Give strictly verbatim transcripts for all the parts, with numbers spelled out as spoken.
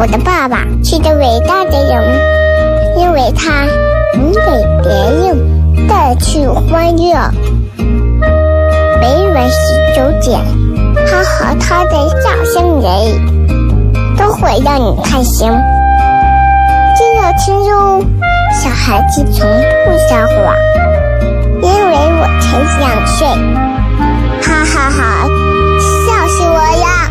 我的爸爸是个伟大的人，因为他能给别人带去欢乐。每晚十九点，他和他的笑声人，都会让你开心。记得听哟，小孩子从不撒谎，因为我才两岁。哈哈哈，笑死我呀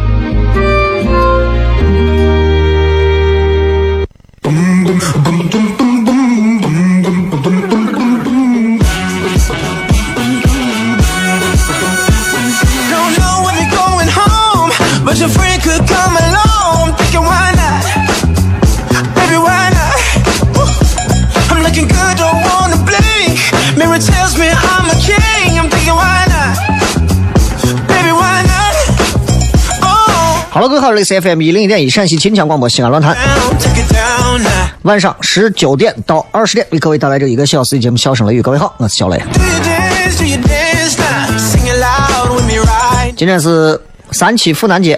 ！But your friend could come along, thinking why not? Baby, why not? I'm looking good, don't wanna blink. Mirror tells me I'm a king. I'm thinking why not? Baby, why not? Oh. 好了，各位好，这里是 C F M 一零一点一陕西秦腔广播西安论坛。晚上十九点到二十点，为各位带来这一个小时的节目《笑声雷雨》。各位好，我是小雷。今天是三七妇男节，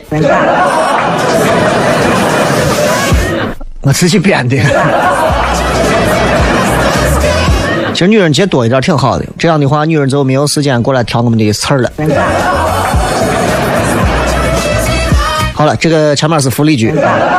我自己编的。其实女人节多一点挺好的，这样的话女人就没有时间过来挑我们的刺儿了。好了，这个前面是福利局。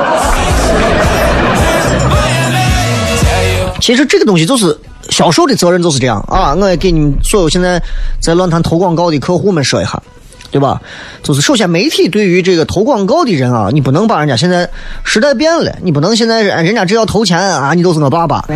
其实这个东西就是销售的责任，就是这样啊！我也给你们所有现在在论坛投广告的客户们说一下。对吧？就是首先媒体对于这个投广告的人啊，你不能把人家现在时代变了，你不能现在人家只要投钱啊，你都是我爸爸。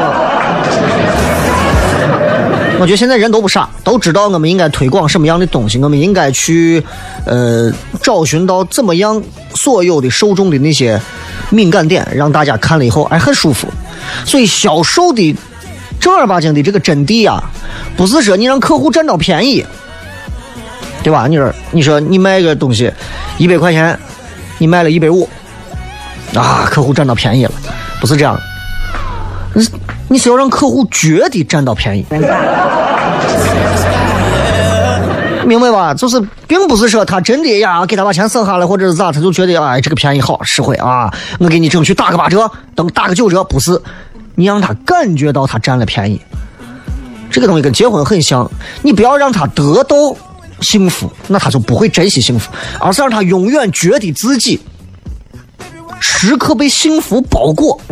我觉得现在人都不傻，都知道我们应该推广什么样的东西，我们应该去呃找寻到怎么样所有的受众的那些敏感点，让大家看了以后哎很舒服。所以销售的正儿八经的这个真谛啊，不是说你让客户占到便宜。对吧？你说，你说你卖个东西一百块钱，你卖了一百五，啊，客户占到便宜了，不是这样。你你是要让客户觉得占到便宜，明白吧？就是并不是说他真的呀给他把钱省下来，或者是咋，他就觉得哎这个便宜好实惠啊，我给你争取打个八折，等打个九折，不是，你让他感觉到他占了便宜。这个东西跟结婚很像，你不要让他得到幸福，那他就不会珍惜幸福，而是让他永远觉得自己时刻被幸福包裹。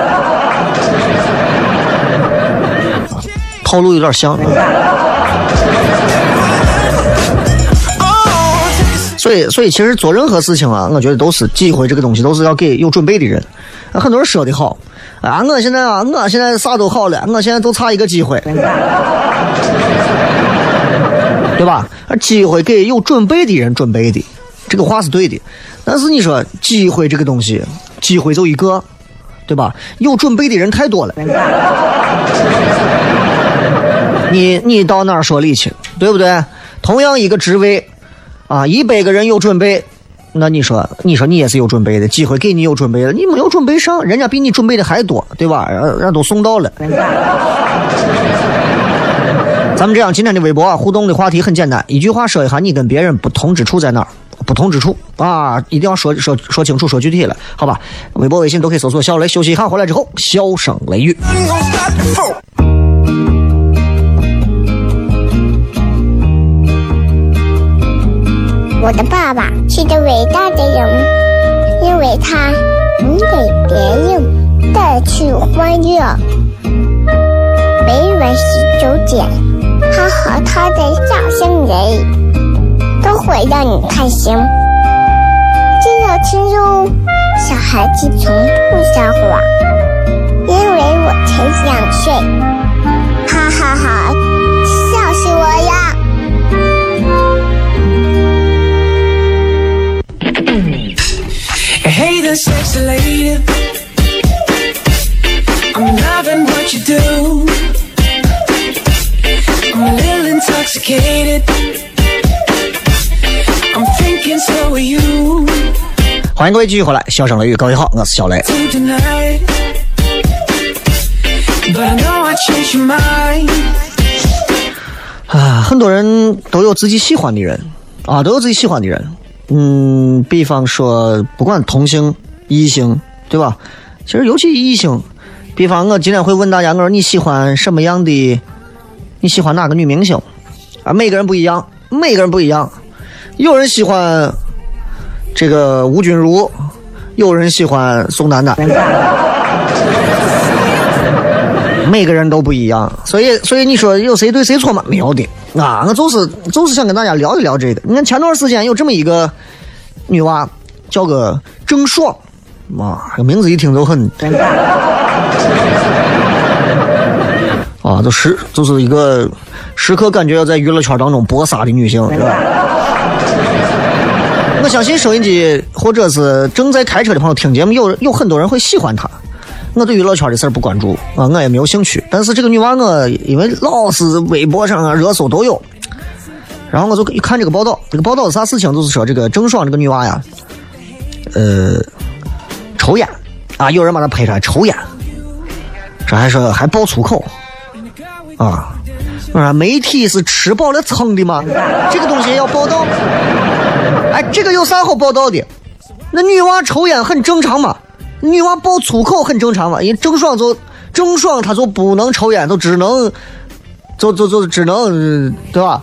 套路有点像，所以所以其实做任何事情啊，我觉得都是机会，这个东西都是要给有准备的人。很多人说的好啊，我现在啊，我现在啥都好了，我现在都差一个机会。对吧？机会给有准备的人准备的，这个话是对的。但是你说机会这个东西，机会就一个，对吧？有准备的人太多了。你你到哪儿说理去，对不对？同样一个职位啊，一百个人有准备，那你说你说你也是有准备的，机会给你有准备的，你没有准备上，人家比你准备的还多，对吧？人家都送到了。咱们这样，今天的微博啊，互动的话题很简单，一句话说一下你跟别人不同之处在哪儿？不同之处啊，一定要说说说清楚，说具体了，好吧？微博、微信都可以搜索小雷，休息一下，回来之后笑声雷雨。我的爸爸是个伟大的人，因为他能给别人带去欢乐。每晚十九点，他和他的笑声人，都会让你开心。记得听哟，小孩子从不撒谎，因为我才两岁。哈哈哈，笑死我呀！Hey there, sexy lady, I'm loving what you do. I'm a little intoxicated. I'm thinking so are you. 欢迎各位继续回来，笑声雷雨，各位好，我是小雷。啊，很多人都有自己喜欢的人啊，都有自己喜欢的人。嗯，比方说不管同性异性对吧？其实尤其异性，比方我今天会问大家，我说你喜欢什么样的？你喜欢哪个女明星？啊，每个人不一样，每个人不一样。有人喜欢这个吴君如，有人喜欢宋丹丹。每个人都不一样，所以所以你说有谁对谁错吗？没有的啊！我就是就是想跟大家聊一聊这个。你看前段时间有这么一个女娃，叫个郑爽，啊，这名字一听就很啊，就时就是一个时刻感觉要在娱乐圈当中搏杀的女性，是吧？我相信收音机或者是正在开车的朋友听节目，有有很多人会喜欢她。我对娱乐圈的事儿不关注啊，我也没有兴趣。但是这个女娃我因为老是微博上啊热搜都有，然后我就一看这个报道，这个报道是啥事情？就是说这个郑爽这个女娃呀，呃，抽烟啊，有人把她拍出来抽烟，这还说还爆粗口啊。我说媒体是吃饱了撑的吗？这个东西要报道？哎，这个有啥好报道的？那女娃抽烟很正常嘛。女娃爆粗口很正常嘛，因为郑爽就郑爽她就不能抽烟，就只能就就就只能对吧？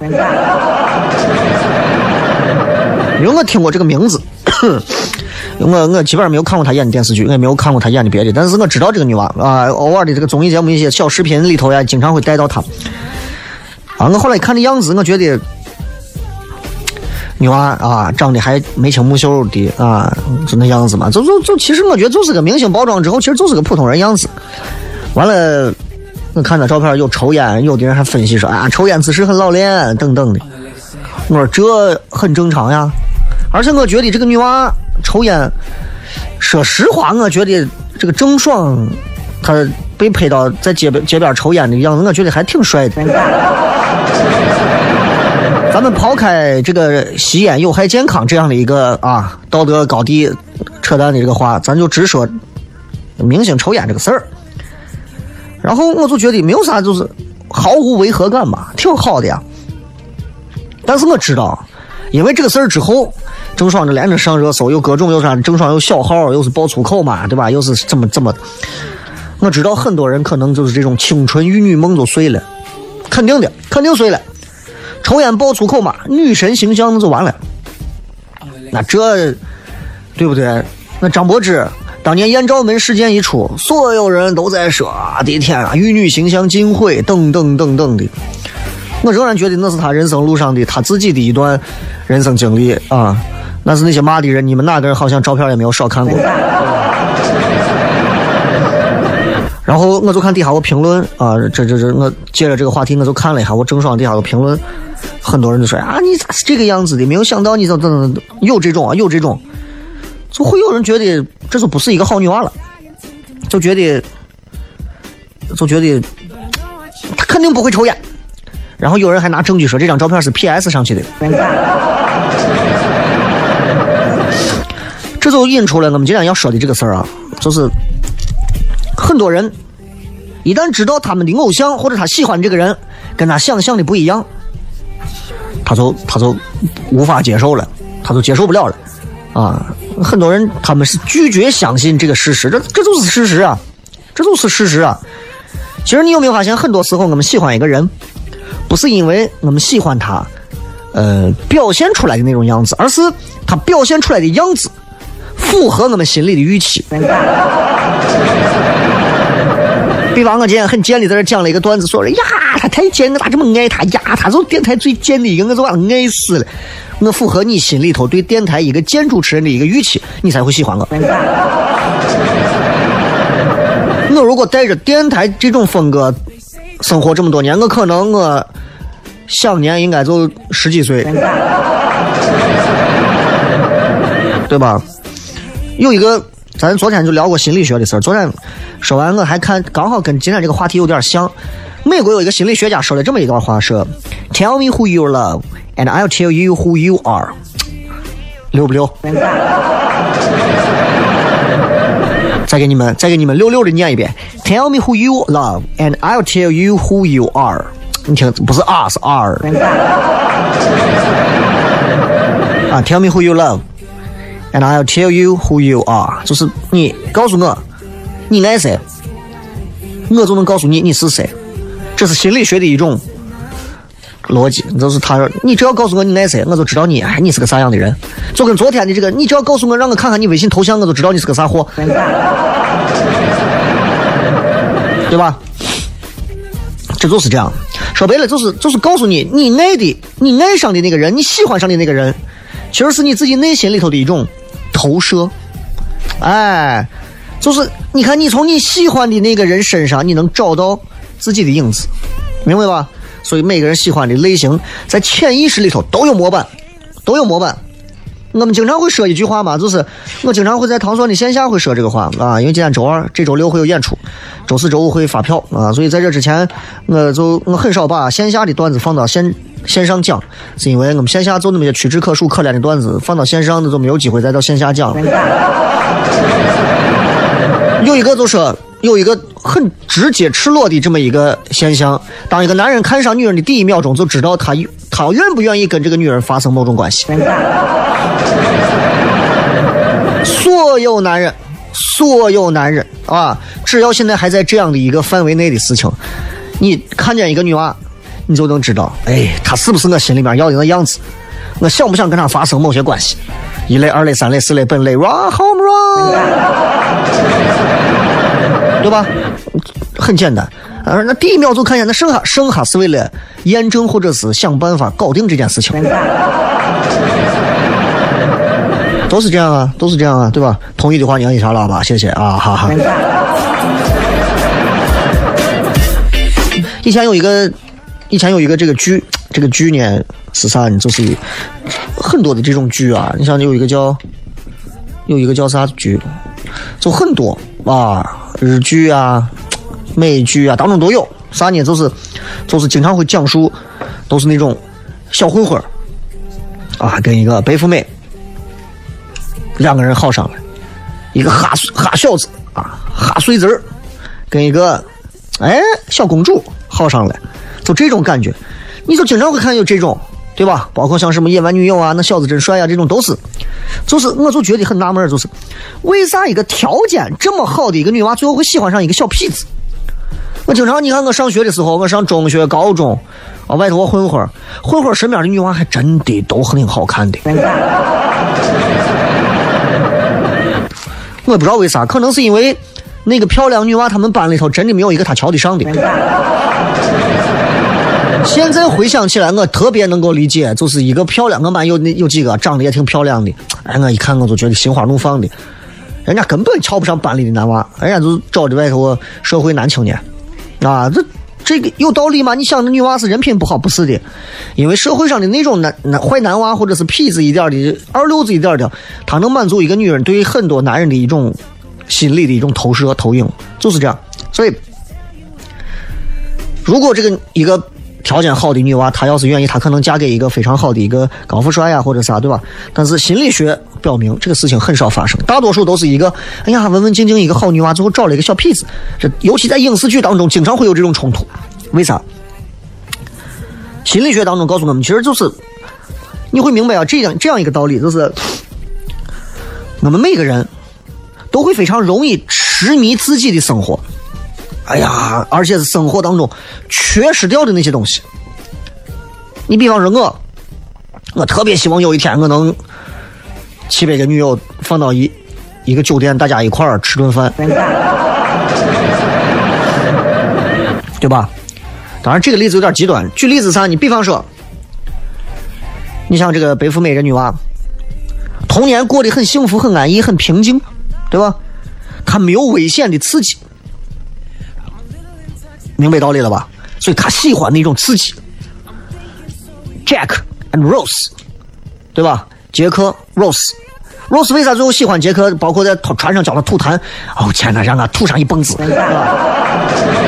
因为我听过这个名字，我我基本上没有看过她演的电视剧，我也没有看过她演的别的，但是我知道这个女娃啊，偶尔的这个综艺节目一些小视频里头呀，经常会带到她。啊，我后来看的样子，我觉得。女娃啊，长得还眉清目秀的啊，就那样子嘛，就就就其实我觉得就是个明星包装之后，其实就是个普通人样子。完了，我看到照片有抽烟，有的人还分析说啊，抽烟姿势很老练等等的。我说这很正常呀，而且我觉得这个女娃抽烟，说实话，我觉得这个郑爽她被拍到在街边街边抽烟的样子，我觉得还挺帅的。咱们抛开这个吸烟有害健康这样的一个啊道德高低扯淡的这个话，咱就只说明星抽烟这个事儿。然后我就觉得没有啥，就是毫无违和感嘛，挺好的呀。但是我知道，因为这个事儿之后，郑爽这连着上热搜，有各种有啥，郑爽有小号，又是爆粗口嘛，对吧？又是这么这么，我知道很多人可能就是这种青春玉女梦就碎了，肯定的，肯定碎了。抽烟爆粗口嘛，女神形象那就完了。那这对不对？那张柏芝当年艳照门事件一出，所有人都在说啊，的天啊，玉女形象尽毁，等等等等的。我仍然觉得那是他人生路上的他自己的一段人生经历啊。那是那些骂的人，你们哪个人好像照片也没有少看过。然后我就看底下我评论啊，这这这，我接着这个话题我就看了一下，我郑爽底下有评论，很多人就说啊，你咋是这个样子的？没有想到你怎么有这种啊，有这种，就会有人觉得这就不是一个好女娃了，就觉得就觉得她肯定不会抽烟。然后有人还拿证据说这张照片是 P S 上去的，这就引出来我们今天要说的这个事儿啊，就是很多人一旦知道他们的偶像或者他喜欢这个人跟他想象的不一样，他就他就无法接受了，他就接受不了了啊！很多人他们是拒绝相信这个事实，这这就是事实啊，这就是事实啊！其实你有没有发现，很多时候我们喜欢一个人，不是因为我们喜欢他，呃，表现出来的那种样子，而是他表现出来的样子符合我们心里的预期。比方我今天很贱的在这讲了一个段子，说呀他太贱，我咋这么爱他呀？他是电台最贱的一个，我就把他爱死了。我符合你心里头对电台一个贱主持人的一个预期，你才会喜欢我。我如果带着电台这种风格生活这么多年，我可能我享年应该就十几岁，对吧？有一个咱昨天就聊过心理学的事儿，昨天说完我还看刚好跟今天这个话题有点像。美国有一个心理学家说了这么一段话，说 Tell me who you love and I'll tell you who you are。 溜不溜？再给你们再给你们溜溜的念一遍， Tell me who you love and I'll tell you who you are。 你听，不是 R 是 R 啊。 Tell me who you love And I'll tell you who you are， 就是你告诉我你爱谁，我就能告诉你你是谁。这是心理学的一种逻辑，就是他说你只要告诉我你爱谁，我就知道你哎你是个啥样的人。就跟昨天的这个，你只要告诉我让我看看你微信头像，我就知道你是个啥货，对吧？这就是这样。说白了就是就是告诉你你爱的你爱上的那个人，你喜欢上的那个人，其实是你自己内心里头的一种投射。哎，就是你看你从你喜欢的那个人身上你能找到自己的影子，明白吧？所以每个人喜欢的类型在潜意识里头都有模板，都有模板。我们经常会说一句话嘛，就是我经常会在糖蒜的线下会说这个话啊，因为今天周二，这周六会有演出，周四周五会发票啊，所以在这之前我就我很少把线下的段子放到线线上讲，是因为我们线下做那么些屈指可数可怜的段子放到线上的就没有机会再到线下讲了。有一个就说有一个很直接赤裸的这么一个现象，当一个男人看上女人的第一秒钟就知道他他愿不愿意跟这个女人发生某种关系。所有男人所有男人啊，只要现在还在这样的一个范围内的事情，你看见一个女娃你就能知道，哎，她是不是我心里面要的那样子，我想不想跟她发生某些关系，一类二类三类四类本类 run home run， 对吧？很简单。而那第一秒就看见，那剩下剩下是为了验证或者是想办法搞定这件事情，都是这样啊，都是这样啊，对吧？同意的话你按一下喇叭，谢谢啊，哈哈。以前有一个，以前有一个这个剧，这个剧呢是啥呢？就是很多的这种剧啊，你像有一个叫有一个叫啥剧，就很多啊，日剧啊。美剧啊当中都有，啥呢？就是就是经常会讲述，都是那种小混混啊，跟一个白富美两个人好上了，一个哈哈小子啊，哈碎子儿，跟一个哎小公主好上了，就这种感觉，你就经常会看有这种，对吧？包括像什么夜晚女友啊，那小子真帅啊，这种都是，就是我就觉得很纳闷，就是为啥一个条件这么好的一个女娃，最后会喜欢上一个小痞子？我经常你看我上学的时候，我上中学高中啊，外头我混混混混身边的女娃还真的都很好看的。我也不知道为啥，可能是因为那个漂亮女娃他们班里头真的没有一个她瞧得上的。现在回想起来我特别能够理解，就是一个漂亮，我班有有几个长得也挺漂亮的，哎，我一看我就觉得心花怒放的，人家根本瞧不上班里的男娃，人家就找着外头社会男青年啊，这这个有道理吗？你想，这女娃是人品不好？不是的，因为社会上的那种男男坏男娃或者是痞子一点的、二流子一点的，他能满足一个女人对于很多男人的一种心理的一种投射投影，就是这样。所以，如果这个一个条件好的女娃，她要是愿意，她可能嫁给一个非常好的一个高富帅呀，或者啥，对吧？但是心理学表明，这个事情很少发生，大多数都是一个，哎呀，文文静静一个好女娃，最后找了一个小痞子。这尤其在影视剧当中，经常会有这种冲突。为啥？心理学当中告诉我们，其实就是你会明白啊，这样这样一个道理，就是我们每个人都会非常容易痴迷自己的生活。哎呀，而且是生活当中缺失掉的那些东西。你比方说我，我特别希望有一天我能七百个女友放到一一个酒店，大家一块儿吃顿饭，对吧？当然这个例子有点极端，举例子啥？你比方说，你像这个白富美这女娃，童年过得很幸福、很安逸、很平静，对吧？她没有危险的刺激。明白道理了吧？所以他喜欢那种刺激 Jack and Rose， 对吧？杰克 Rose Rose 为啥最后喜欢杰克？包括在船上叫他吐痰，哦天哪，让他吐上一蹦子，对吧？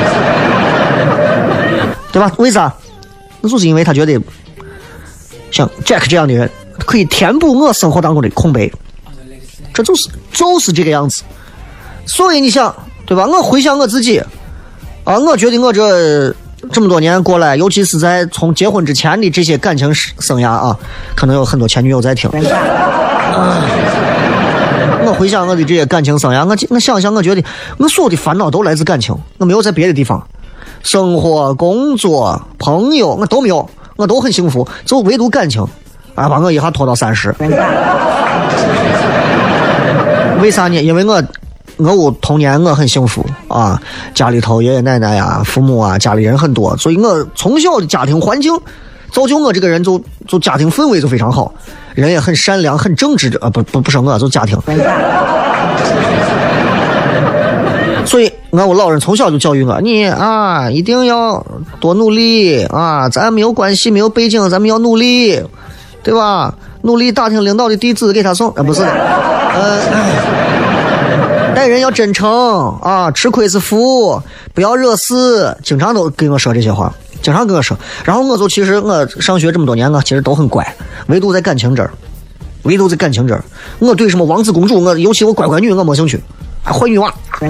对吧？为啥？那就是因为他觉得像 Jack 这样的人可以填补我生活当中的空白，这就是就是这个样子。所以你想，对吧？我回想我自己啊，我觉得我这这么多年过来，尤其是在从结婚之前的这些感情生涯啊，可能有很多前女友在听。啊我回想我的这些感情生涯，我我想想，我觉得我所有的烦恼都来自感情，我没有在别的地方，生活、工作、朋友我都没有，我都很幸福，就唯独感情，啊，把我一下拖到三十。为啥呢？因为我我我童年我很幸福啊，家里头爷爷奶奶呀、父母啊，家里人很多，所以我从小的家庭环境造就我这个人就就家庭氛围就非常好，人也很善良很正直啊，不不不是我就家庭。所以我我老人从小就教育我，你啊一定要多努力啊，咱没有关系没有背景，咱们要努力，对吧？努力打听领导的地址给他送啊，不是的，呃，待人要真诚啊，吃亏是福，不要惹事，经常都跟我说这些话，经常跟我说。然后我就其实我上学这么多年，我其实都很乖，唯独在感情这儿，唯独在感情这儿，我对什么王子公主，我尤其我乖乖女我没兴趣，还坏女娃，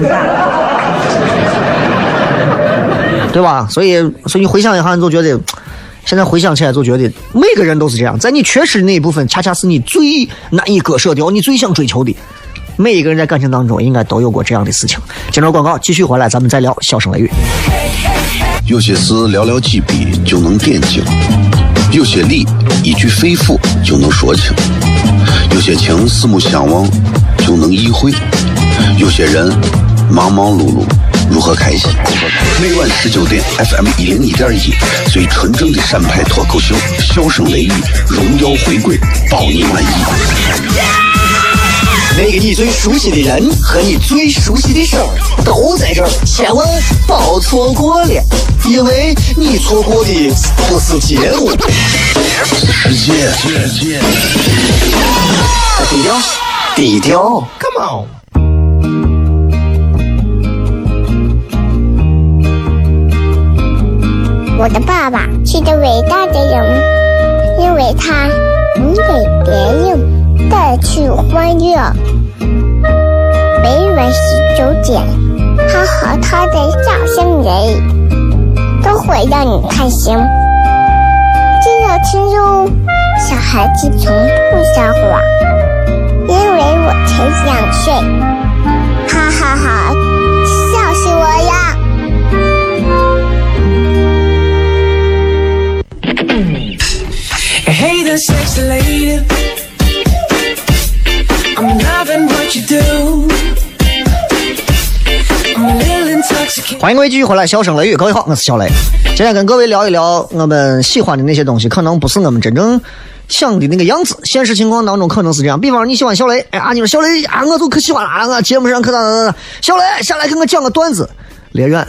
对吧？所以所以你回想一下，你就觉得。现在回想起来就觉得每个人都是这样，在你缺失的那一部分恰恰是你最难以割舍掉，你最想追求的。每一个人在感情当中应该都有过这样的事情。接着广告继续回来，咱们再聊笑声雷雨。 有些事寥寥几笔就能点睛，有些理一句肺腑就能说清，有些情四目相望就能意会，有些人忙忙碌碌如何开心？每晚十九点 F M 一零一点一，最纯正的陕派脱口秀，笑声雷雨，荣耀回归，保你满意。 那个你最熟悉的人和你最熟悉的事儿都在这儿，千万别错过了，因为你错过的不是节目， 世界， 低调，低调 ，Come on。 我的爸爸是个伟大的人，因为他能给别人带去欢乐。每晚十九点，他和他的笑声人，都会让你开心。记得听哟，小孩子从不撒谎，因为我才两岁。哈哈哈，笑死我呀！ Hey there, sexy lady. I'm loving what you do. I'm a little intoxicated. 欢迎各位继续回来，笑声雷雨，各位好，我是小雷。今天跟各位聊一聊我们喜欢的那些东西，可能不是我们真正想的那个样子。现实情况当中可能是这样，比方你喜欢小雷，哎啊，你说小雷啊，我就可喜欢了啊，我节目上可咋咋咋，小雷下来跟我讲个段子，连远。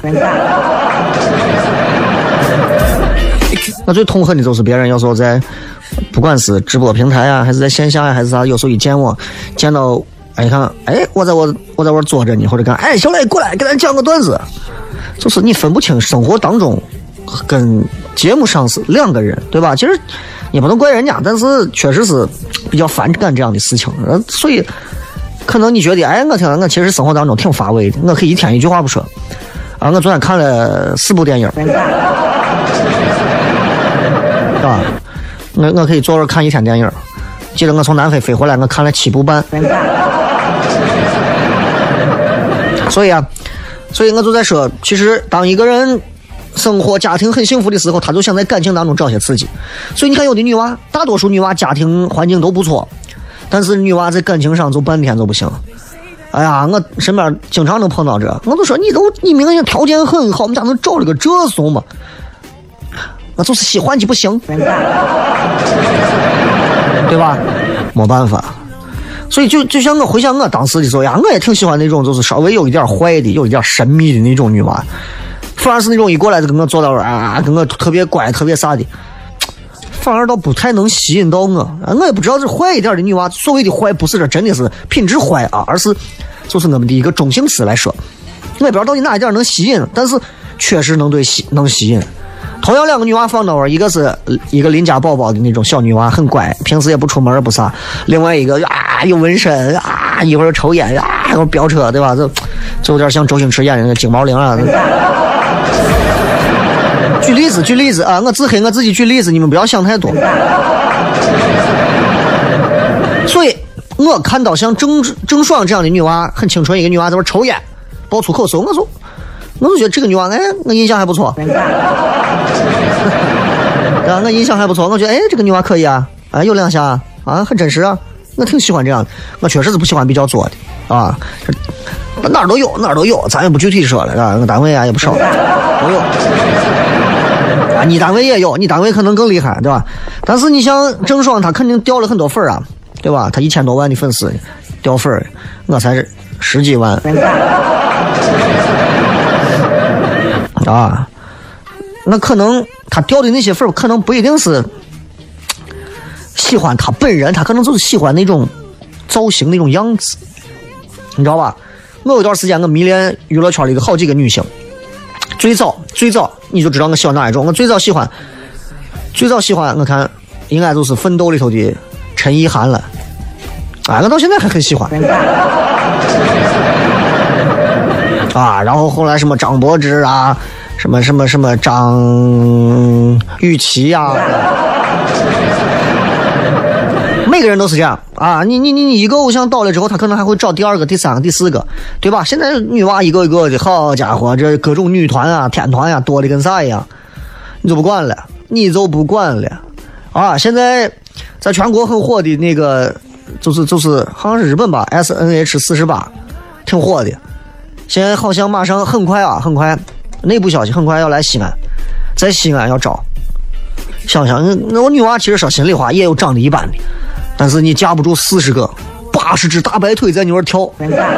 我最痛恨的就是别人有时候在不管是直播平台啊还是在线下呀、啊、还是啥，有时候一见我见到哎你看哎我在我我在我坐着你，或者干哎小雷过来给咱讲个段子，就是你分不清生活当中跟节目上是两个人，对吧？其实也不能怪人家，但是确实是比较反感这样的事情，所以可能你觉得哎我听我其实生活当中挺乏味的，我可以一天一句话不说啊。我昨天看了四部电影啊，我我可以坐着看一天电影。记得我从南非飞回来，我看了七部半。所以啊，所以我就在说，其实当一个人生活家庭很幸福的时候，他就想在感情当中找些刺激。所以你看，有的女娃，大多数女娃家庭环境都不错，但是女娃在感情上就半天都不行。哎呀，我身边经常能碰到这，我都说你都你明显条件很好，我们家能找了个这怂嘛？我就是喜欢就不行，对吧？没办法，所以就就像我回想我当时的时候呀，我也挺喜欢那种就是稍微有一点坏的、有一点神秘的那种女娃，反而是那种一过来就跟我坐到啊，跟我特别乖、特别啥的，反而倒不太能吸引到我。我也不知道这坏一点的女娃，所谓的坏不是这真的是品质坏啊，而是就是我们的一个中性词来说，我也不知道到底哪一点能吸引，但是确实能对吸能吸引。同样两个女娃放那儿，一个是一个邻家宝宝的那种小女娃，很乖，平时也不出门不啥；另外一个啊有纹身啊，一会儿抽烟啊，一会儿飙车，对吧？这就有点像周星驰演的那个金毛玲啊。举例子，举例子啊！我自黑我自己举例子，你们不要想太多。所以我我看到像郑郑爽这样的女娃，很清纯一个女娃在那抽烟爆粗口时候，我说我就觉得这个女娃哎我印象还不错啊，我印象还不错，我觉得哎这个女娃可以啊，啊有两下啊很真实啊，我挺喜欢这样的。我确实是不喜欢比较作的啊，哪儿都有哪儿都有，咱也不具体说了啊，我单位啊也不少都有啊，你单位也有，你单位可能更厉害对吧？但是你像郑爽她肯定掉了很多粉啊，对吧？她一千多万的粉丝掉粉，我才是十几万啊，那可能她掉的那些粉可能不一定是喜欢她本人，她可能就是喜欢那种造型那种样子，你知道吧？我有段时间我迷恋娱乐圈里的好几个女星，最早最早你就知道我喜欢哪一种。我最早喜欢最早喜欢我看应该就是奋斗里头的陈意涵了，啊，我到现在还很喜欢啊。然后后来什么张柏芝啊，什么什么什么张雨绮啊，每个人都是这样啊！你你你你一个偶像倒了之后，他可能还会找第二个、第三个、第四个，对吧？现在女娃一个一个的，好家伙，这各种女团啊、天团啊，多的跟啥一样，你就不管了，你就不管了啊！现在在全国很火的那个，就是就是好像是日本吧 ，S N H 四十八，挺火的。现在好像马上很快啊，很快内部消息很快要来西安，在西安要招。想想那我女娃其实说心里话也有长得一般的，但是你架不住四十个八十只大白腿在你那儿跳，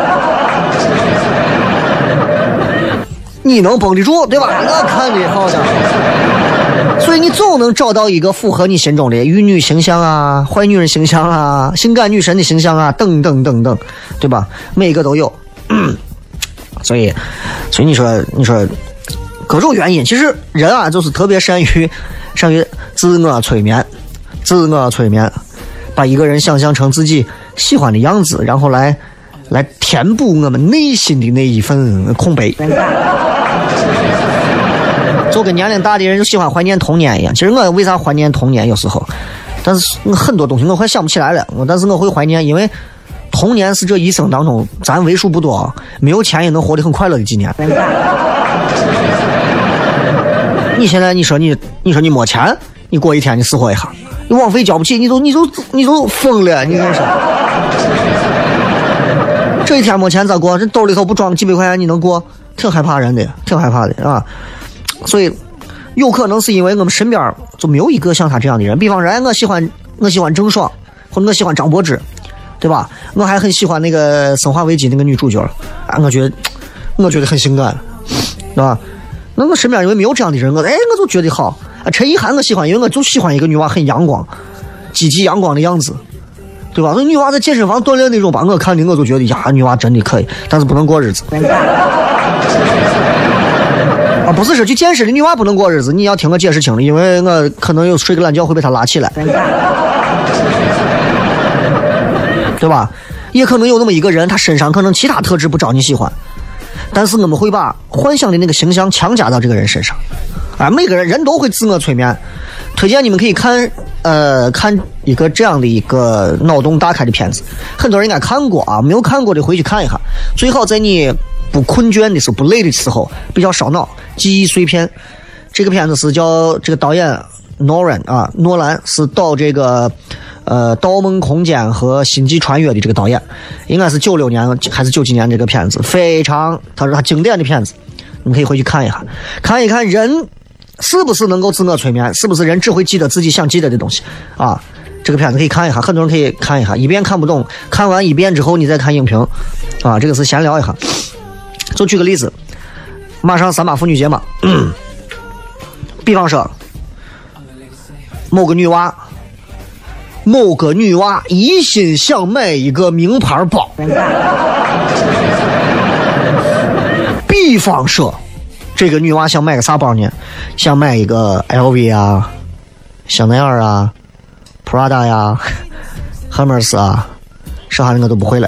你能绷得住对吧？那看的好家伙，所以你总能找到一个符合你心中的玉女形象啊、坏女人形象啊、性感女神的形象啊，等等等等，对吧？每个都有。所以所以你说你说各种原因，其实人啊就是特别善于善于自我催眠，自我催眠，把一个人想象成自己喜欢的样子，然后来来填补我们内心的那一份空白。就跟年龄大的人就喜欢怀念童年一样。其实我为啥怀念童年？有时候，但是我很多东西我快想不起来了，我但是我会怀念，因为童年是这一生当中咱为数不多没有钱也能活得很快乐的几年。你现在你说你你说你没钱，你过一天你死活一下，你网费交不起，你都你都你都疯了，你跟你说，这一天没钱咋过？这兜里头不装几百块钱你能过？挺害怕人的，挺害怕的啊！所以有可能是因为我们身边就没有一个像他这样的人。比方说，我喜欢我喜欢郑爽，或者我喜欢张柏芝，对吧？我还很喜欢那个《生化危机》那个女主角啊，我觉得我觉得很性感，对吧？那我身边因为没有这样的人，我哎我就觉得好啊。陈意涵我喜欢，因为我就喜欢一个女娃很阳光、积极阳光的样子，对吧？那女娃在健身房锻炼那种吧，我看的我就觉得呀，女娃真的可以，但是不能过日子。啊，不是说去健身的女娃不能过日子，你要听我解释清了，因为我可能有睡个懒觉会被她拉起来，对吧？也可能有那么一个人，他身上可能其他特质不招你喜欢。但是我们会把幻想的那个形象强加到这个人身上，啊，每个人人都会自我催眠。推荐你们可以看，呃，看一个这样的一个脑洞大开的片子，很多人应该看过啊，没有看过的回去看一下。最好在你不困倦的时候、不累的时候，比较烧脑，记忆碎片。这个片子是叫这个导演诺兰啊，诺兰是导这个。呃，《盗梦空间》和《星际穿越》的这个导演，应该是九六年还是九几年这个片子，非常他是他经典的片子，你们可以回去看一下，看一看人是不是能够自我催眠，是不是人只会记得自己想记得的东西啊？这个片子可以看一下，很多人可以看一下，一遍看不懂，看完一遍之后你再看影评啊。这个是闲聊一下，就举个例子，马上三八妇女节嘛，嗯、比方说某个女娃。某个女娃一心想买一个名牌包，比方说这个女娃想买个啥包呢？想买一个 L V 啊、香奈儿啊、Prada 呀、Hermes 啊，剩下的我都不会了。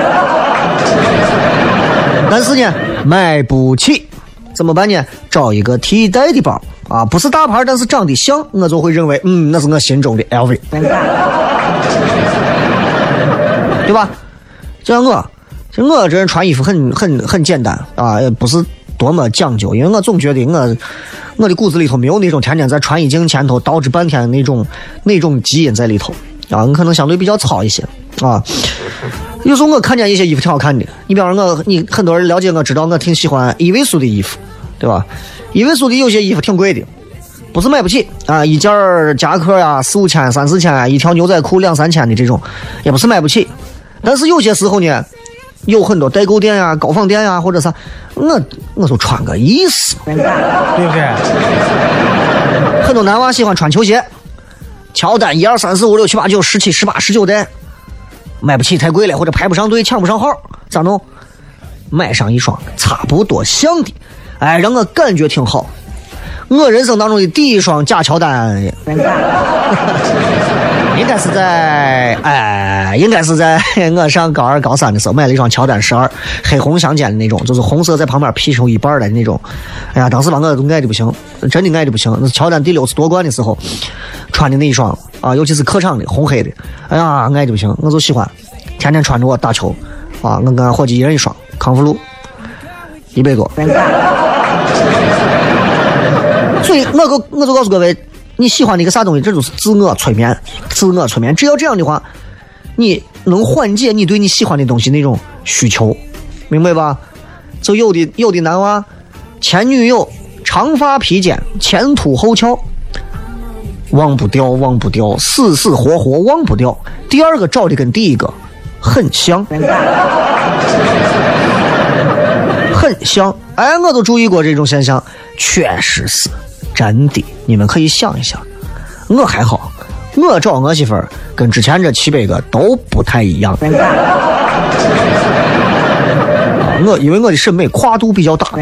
但是呢，买不起，怎么办呢？找一个替代的包啊，不是大牌，但是长得像，我就会认为，嗯，那是我心中的 L V， 对吧？就像我，就我这人穿衣服很很很简单啊，也不是多么讲究，因为我总觉得我我的骨子里头没有那种天天在穿衣镜前头捯饬半天的那种那种基因在里头啊，我可能相对比较糙一些啊。有时候我看见一些衣服挺好看的，你比方说我，你很多人了解我知道我挺喜欢一位数的衣服，对吧？一位数的有些衣服挺贵的，不是买不起啊，一件夹克呀、啊、四五千、三四千啊，一条牛仔裤两三千的这种，也不是买不起。但是有些时候呢，有很多代购店呀、高仿店呀，或者啥，我我就穿个意思，对不对？很多男娃喜欢穿球鞋，乔丹一二三四五六七八九十七十八十九代，买不起太贵了，或者排不上队抢不上号，咋弄？买上一双差不多像的，哎，让我感觉挺好。我人生当中的第一双假乔丹，应该是在哎，应该是在我上高二高三的时候买了一双乔丹十二，黑红相间的那种，就是红色在旁边劈成一半的那种。哎呀，当时把我都爱的不行，真的爱的不行。那乔丹第六次夺冠的时候穿的那一双啊，尤其是客场的红黑的，哎呀，爱的不行，我就喜欢，天天穿着我打球啊。我跟伙计一人一双康复路，一百多。所以我个我就告诉各位，你喜欢的一个啥东西，这就是自我催眠，自我催眠。只要这样的话，你能缓解你对你喜欢的东西那种需求，明白吧？就有的有的男娃，前女友长发披肩，前凸后翘，忘不掉，忘不掉，死死活活忘不掉。第二个找的跟第一个很像，很像。哎，我都注意过这种现象，确实是。真的，你们可以想一想，我还好，我找我媳妇儿跟之前这七百个都不太一样。我因为我的审美跨度比较大。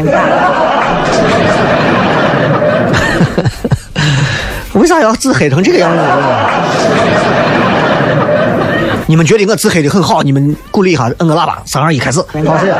为啥要自黑成这个样子？你们觉得我自黑的很好，你们鼓励一下，摁个喇叭，三二一，开始。好，谢谢。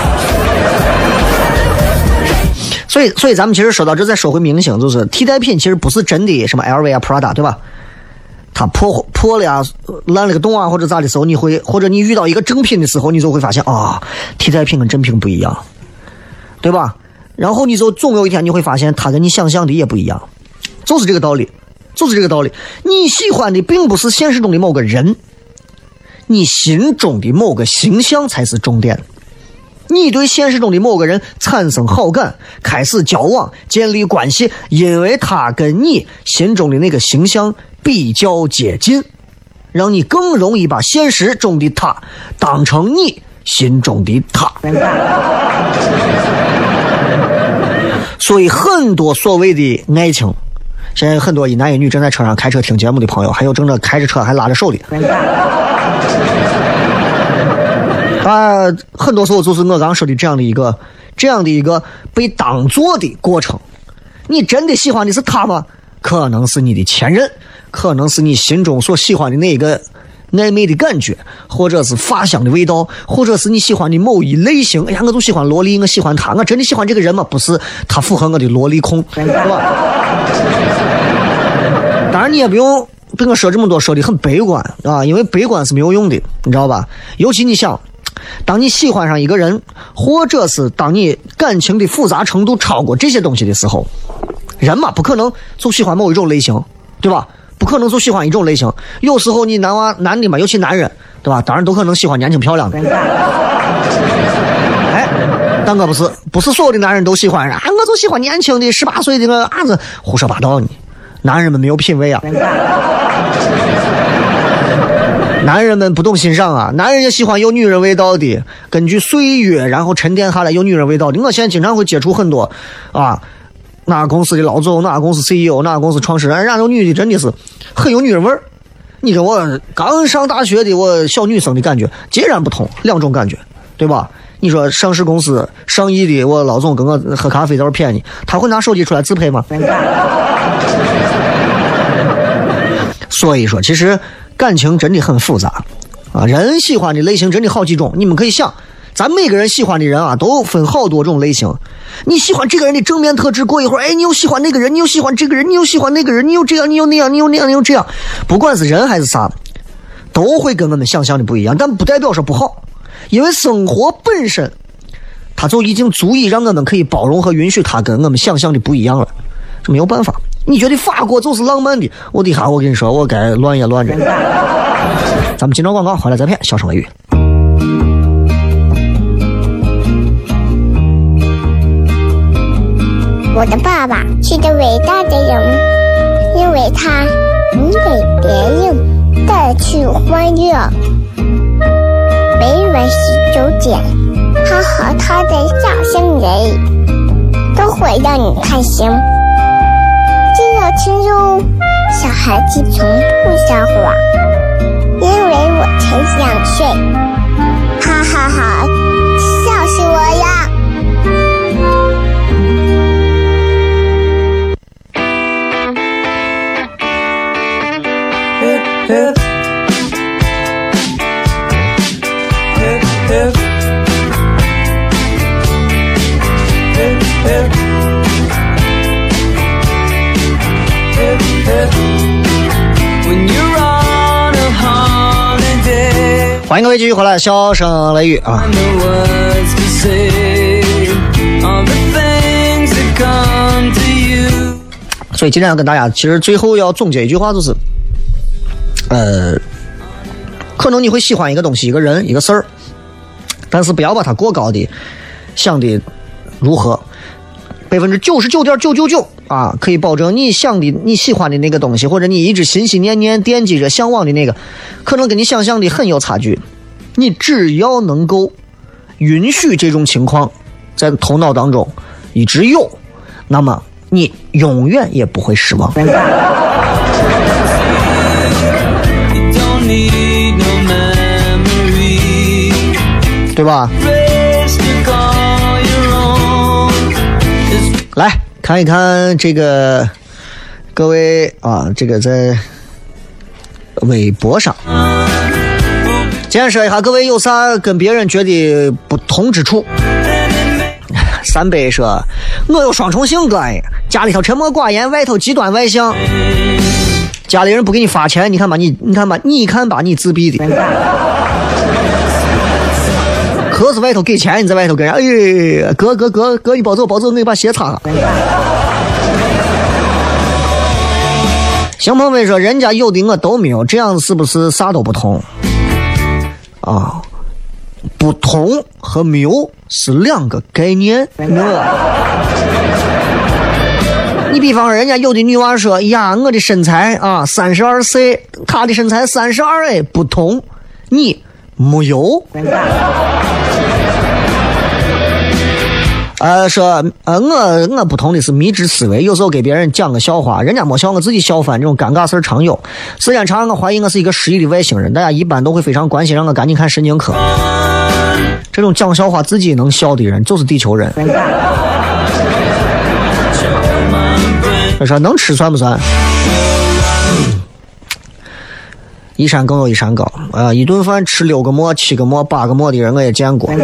所以，所以咱们其实说到这，再说回明星，就是替代品，其实不是真的什么 L V 啊、Prada， 对吧？它破破了呀、烂了个洞啊，或者咋的时候，你会，或者你遇到一个正品的时候，你就会发现啊，替代品跟真品不一样，对吧？然后你就总有一天你会发现，它跟你想象的也不一样，就是这个道理，就是这个道理。你喜欢的并不是现实中的某个人，你心中的某个形象才是重点。你对现实中的某个人产生好感，开始交往，建立关系，因为他跟你心中的那个形象比较接近，让你更容易把现实中的他当成你心中的他。所以很多所谓的爱情，现在很多一男一女正在车上开车听节目的朋友，还有正在开着车还拉着手的啊，很多时候就是我刚说的这样的一个这样的一个被当作的过程。你真的喜欢的是他吗？可能是你的前任，可能是你心中所喜欢的那个暧昧的感觉，或者是发香的味道，或者是你喜欢的某一类型。哎呀，我就喜欢萝莉，我喜欢他，我真的喜欢这个人吗？不是，他符合我的萝莉控，对吧？当然你也不用跟我说这么多，说的很悲观啊，因为悲观是没有用的，你知道吧？尤其你想，当你喜欢上一个人，或者是当你感情的复杂程度超过这些东西的时候，人嘛不可能就喜欢某一种类型，对吧？不可能就喜欢一种类型。有时候你男娃男的嘛，尤其男人，对吧？当然都可能喜欢年轻漂亮的。哎，但我不是，不是所有的男人都喜欢啊，我就喜欢年轻的十八岁的个啊子，胡说八道你。男人们没有品味啊。男人们不懂欣赏啊，男人也喜欢有女人味道的，根据岁月然后沉淀下来有女人味道的。我现在经常会接触很多啊，哪个公司的老总，哪个公司 C E O， 哪个公司创始人，然后女的真的是很有女人味儿。你跟我刚上大学的我小女生的感觉截然不同，两种感觉，对吧？你说上市公司上亿的我老总跟我喝咖啡都是骗你，他会拿手机出来自拍吗？所以说其实感情真的很复杂啊，人喜欢的类型真的好几种。你们可以想，咱每个人喜欢的人啊都分好多种类型。你喜欢这个人的正面特质，过一会儿哎你又喜欢那个人，你又喜欢这个人，你又喜欢那个人，你又这样你又那样你又那样你又这样。不管是人还是啥， 都会跟我们想象的不一样，但不代表说不好，因为生活本身它就已经足以让我们可以包容和允许它跟我们想象的不一样了，这没有办法。你觉得法国就是浪漫的，我的哈，我跟你说，我该乱也乱着。咱们今朝广告回来再片，笑声雷雨。 我的爸爸是个伟大的人，因为他能给别人带去欢乐。每晚十九点，他和他的笑声人，都会让你开心。记得听哟，小孩子从不撒谎，因为我才两岁。哈哈哈，笑死我呀！ Hip, hip, hip, hip, hip, hip, hip. When you're on a holiday, 欢迎各位继续回来，笑声雷雨啊！ no words to say, all the things that come to you. 所以今天要跟大家，其实最后要总结一句话，就是，呃，可能你会喜欢一个东西、一个人、一个事儿，但是不要把它过高的想的如何，百分之九十九点九九九啊，可以保证你想的、你喜欢的那个东西，或者你一直心心念念惦记着、向往的那个，可能跟你想象的很有差距。你只要能够允许这种情况在头脑当中一直有，那么你永远也不会失望。对吧？来看一看这个各位啊，这个在微博上建设一下，各位有啥跟别人觉得不同之处？三杯说，我有双重性格，家里头沉默寡言，外头极端外向。家里人不给你发钱，你看吧，你你看吧，你看把你自闭的。可是外头给钱，你在外头跟人，哎，哥哥哥哥，你抱走抱走，我给你把鞋擦了。邢鹏飞说，人家有的我都没有，这样是不是啥都不同？啊，不同和没有是两个概念。你比方说，人家有的女娃说呀，我的身材啊，三十二岁，她的身材三十二，哎，不同，你没有。呃，说呃，我我不同的是迷之思维，有时候给别人讲个笑话，人家没笑，我自己笑翻，这种尴尬事儿常有。时间长，我怀疑我是一个失忆的外星人，大家一般都会非常关心，让我赶紧看神经科。这种讲笑话自己能笑的人，就是地球人。他说能吃算不算？一山更有一山高啊、呃！一顿饭吃六个馍、七个馍、八个馍的人我也见过。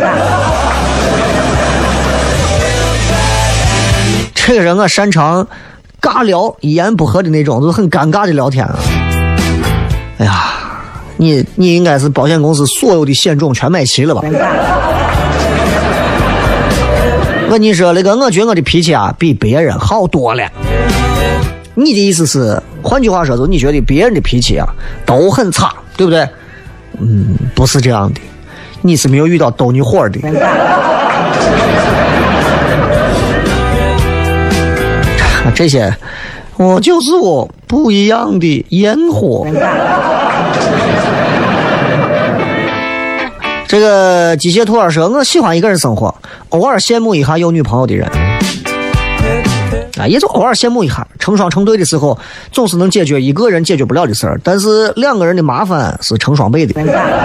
这个人啊，擅长尬聊，一言不合的那种，就是很尴尬的聊天啊。哎呀，你你应该是保险公司所有的险种全买齐了吧？问你说那个，我觉得我的脾气啊比别人好多了。你的意思是，换句话说，就是你觉得别人的脾气啊都很差，对不对？嗯，不是这样的，你是没有遇到逗你火的。这些，我就是我不一样的烟火。这个机械兔儿说，我喜欢一个人生活，偶尔羡慕一下有女朋友的人。啊，也就偶尔羡慕一下，成双成对的时候，总是能解决一个人解决不了的事儿，但是两个人的麻烦是成双倍的。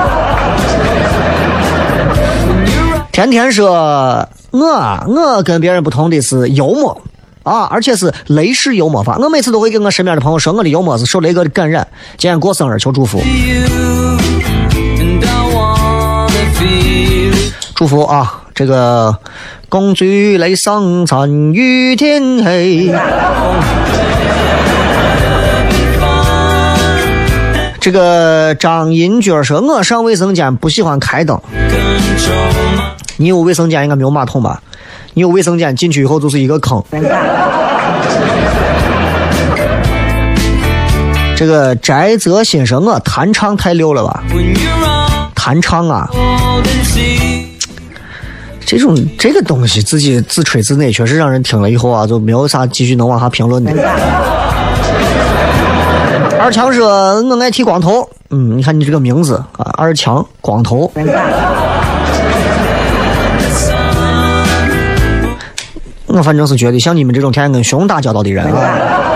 天天说，我我跟别人不同的是幽默啊，而且是雷式幽默法。我每次都会跟我身边的朋友说，我的幽默是受雷哥的感染。今天过生日，求祝福，祝福啊！这个公主雷上残于天黑。 这个张银娟说，我上卫生间不喜欢开灯。你有卫生间应该没有马桶吧？你有卫生间进去以后就是一个坑。这个翟泽先生，我弹唱太溜了吧？弹唱啊，这种这个东西自己自吹自擂，确实让人听了以后啊，就没有啥继续能往下评论的。二强说，我爱剃光头。嗯，你看你这个名字啊，二强光头。我反正是觉得像你们这种天天跟熊打交道的人啊，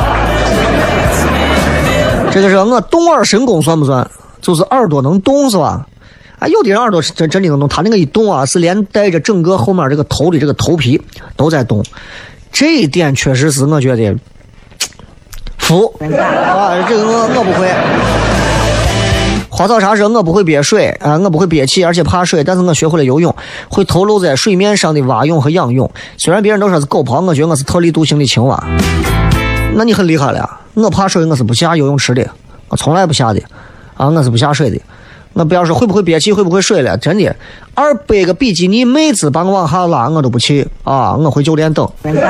这个是我动耳神功算不算？就是耳朵能动是吧？啊，有的人耳朵是真真的能动，他那个一动啊，是连带着整个后面这个头的这个头皮都在动，这一点确实是我觉得服啊，这个我我不会。花草茶说，我不会憋水啊，我不会憋气，而且怕水，但是我学会了游泳，会投露在水面上的蛙泳和仰泳。虽然别人都说是狗刨，我觉得我是特立独行的青蛙。那你很厉害了呀！我怕水，我是不下游泳池的，我从来不下的啊，我是不下水的。我不要说会不会憋气，会不会水了，真的，二百个比基尼妹子把我往下拉，我都不去啊，我回酒店等。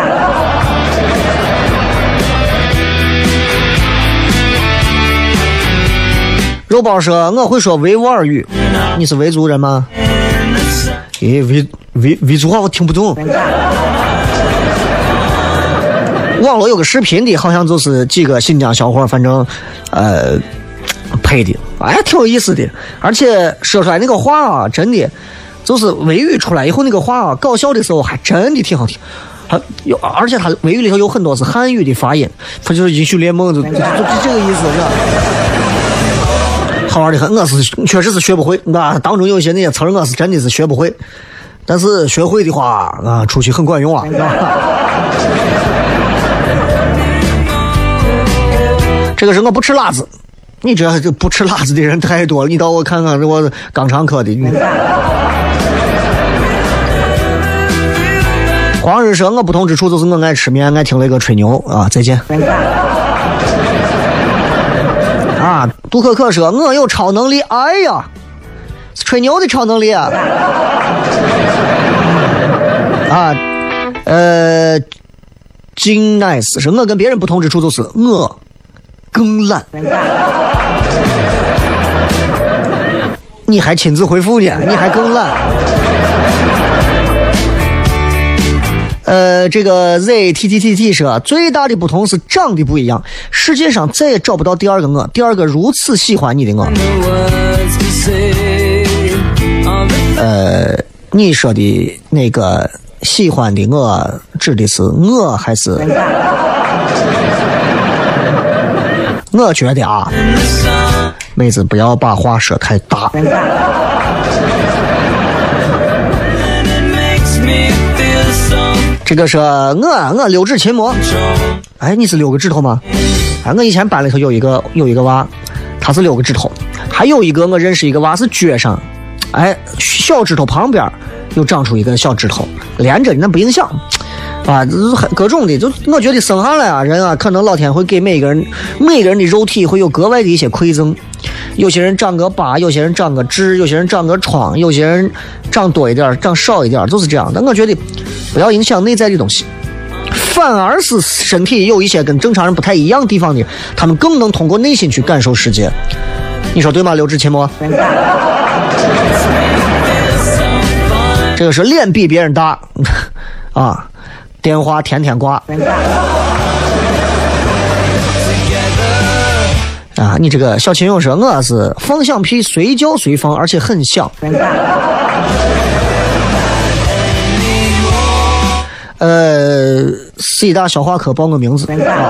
肉包说，我会说维吾尔语。你是维族人吗？诶，维维维族话我听不懂。网络有个视频的，好像就是几个新疆小伙，反正呃配的，哎，挺有意思的。而且说出来那个话啊，真的就是维语出来以后那个话啊，搞笑的时候还真的挺好听。还有，而且它维语里头有很多是汉语的发音，它就是英雄联盟，就就就这个意思，是吧？好玩的很，我是确实是学不会，那当中有些那些词儿我是真的是学不会，但是学会的话啊，出去很管用啊。这个是我不吃辣子，你这这不吃辣子的人太多了，你到我看看我肛肠科的。黄日说，我不同之处就是我爱吃面，爱听那个吹牛啊，再见。啊，杜可可说，我有超能力，哎呀，吹牛的超能力啊！啊，呃，金 nice 是我跟别人不同之处就是我更懒。你还亲自回复呢，你还更懒。呃，这个 Z T T T T 说，最大的不同是长得不一样，世界上再也找不到第二个我，第二个如此喜欢你的我。呃，你说的那个喜欢的我指的是我还是？我觉得啊，妹子不要把话说太大。这个是我我六指琴魔，哎，你是六个指头吗？哎，我以前班里头有一个有一个娃，他是六个指头，还有一个我认识一个娃是脚上，哎，小指头旁边又长出一个小指头，连着那不影响啊，各种的，就我觉得生下来啊，人啊，可能老天会给每个人每个人的肉体会有格外的一些馈赠。有些人长个疤，有些人长个痣，有些人长个疮，有些人长多一点，长少一点，就是这样的。我觉得不要影响内在的东西，反而是身体有一些跟正常人不太一样的地方的，他们更能通过内心去感受世界。你说对吗，刘志勤吗？这个是脸比别人大啊，电话天天挂。啊，你这个小秦勇说，我是放响屁随叫随放，而且很响。呃，四大消化科报个名字啊。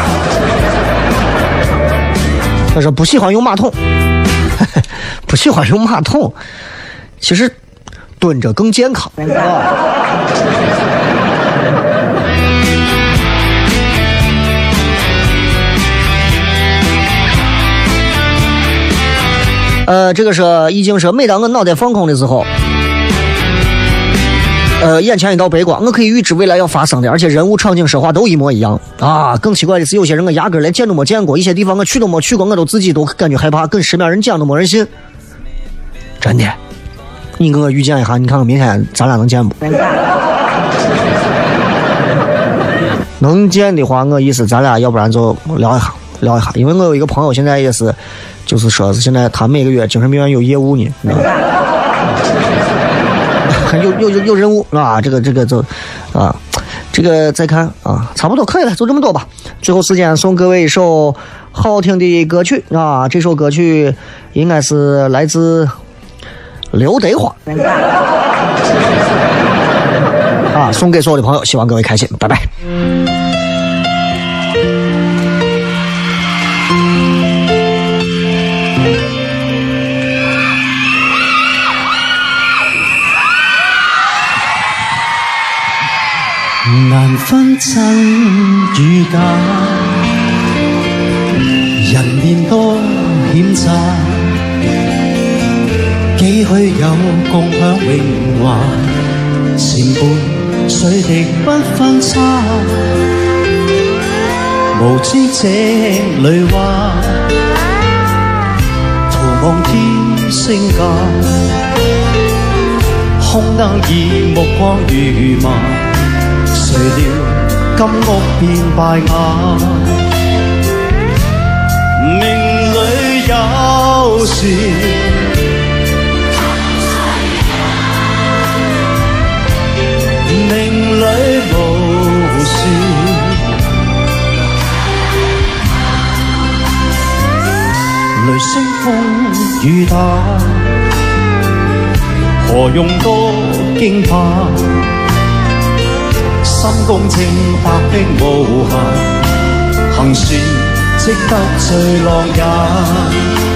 他说不喜欢用马桶，不喜欢用马桶，其实蹲着更健康啊。呃，这个是已经是每当我脑袋放空的时候， 呃，眼前一道白光，我可以预知未来要发生的，而且人物、场景、说话都一模一样啊！更奇怪的是，有些人我压根儿连见都没见过，一些地方我去都没去过，我都自己都感觉害怕，跟身边人讲都没人信。真的，你跟我预见一下，你看看明天咱俩能见不？能见的话，我意思咱俩要不然就聊一下，聊一下，因为我有一个朋友现在也是，就是说现在他每个月精神病院有业务呢。有有有有任务啊，这个这个就啊，这个再看啊，差不多可以了，就这么多吧。最后时间送各位一首好听的歌曲啊，这首歌曲应该是来自刘德华啊，送给所有的朋友，希望各位开心，拜拜。 難分真與假，人面多險詐，幾許有共享榮華，前輩水滴不分差，無知這裏話，徒望天升價，空燈以目光如麻。誰料金屋變敗瓦，命裏有時命裏無時，雷聲風雨打，何用多驚怕？心公正白璧無瑕，行船即得醉浪也。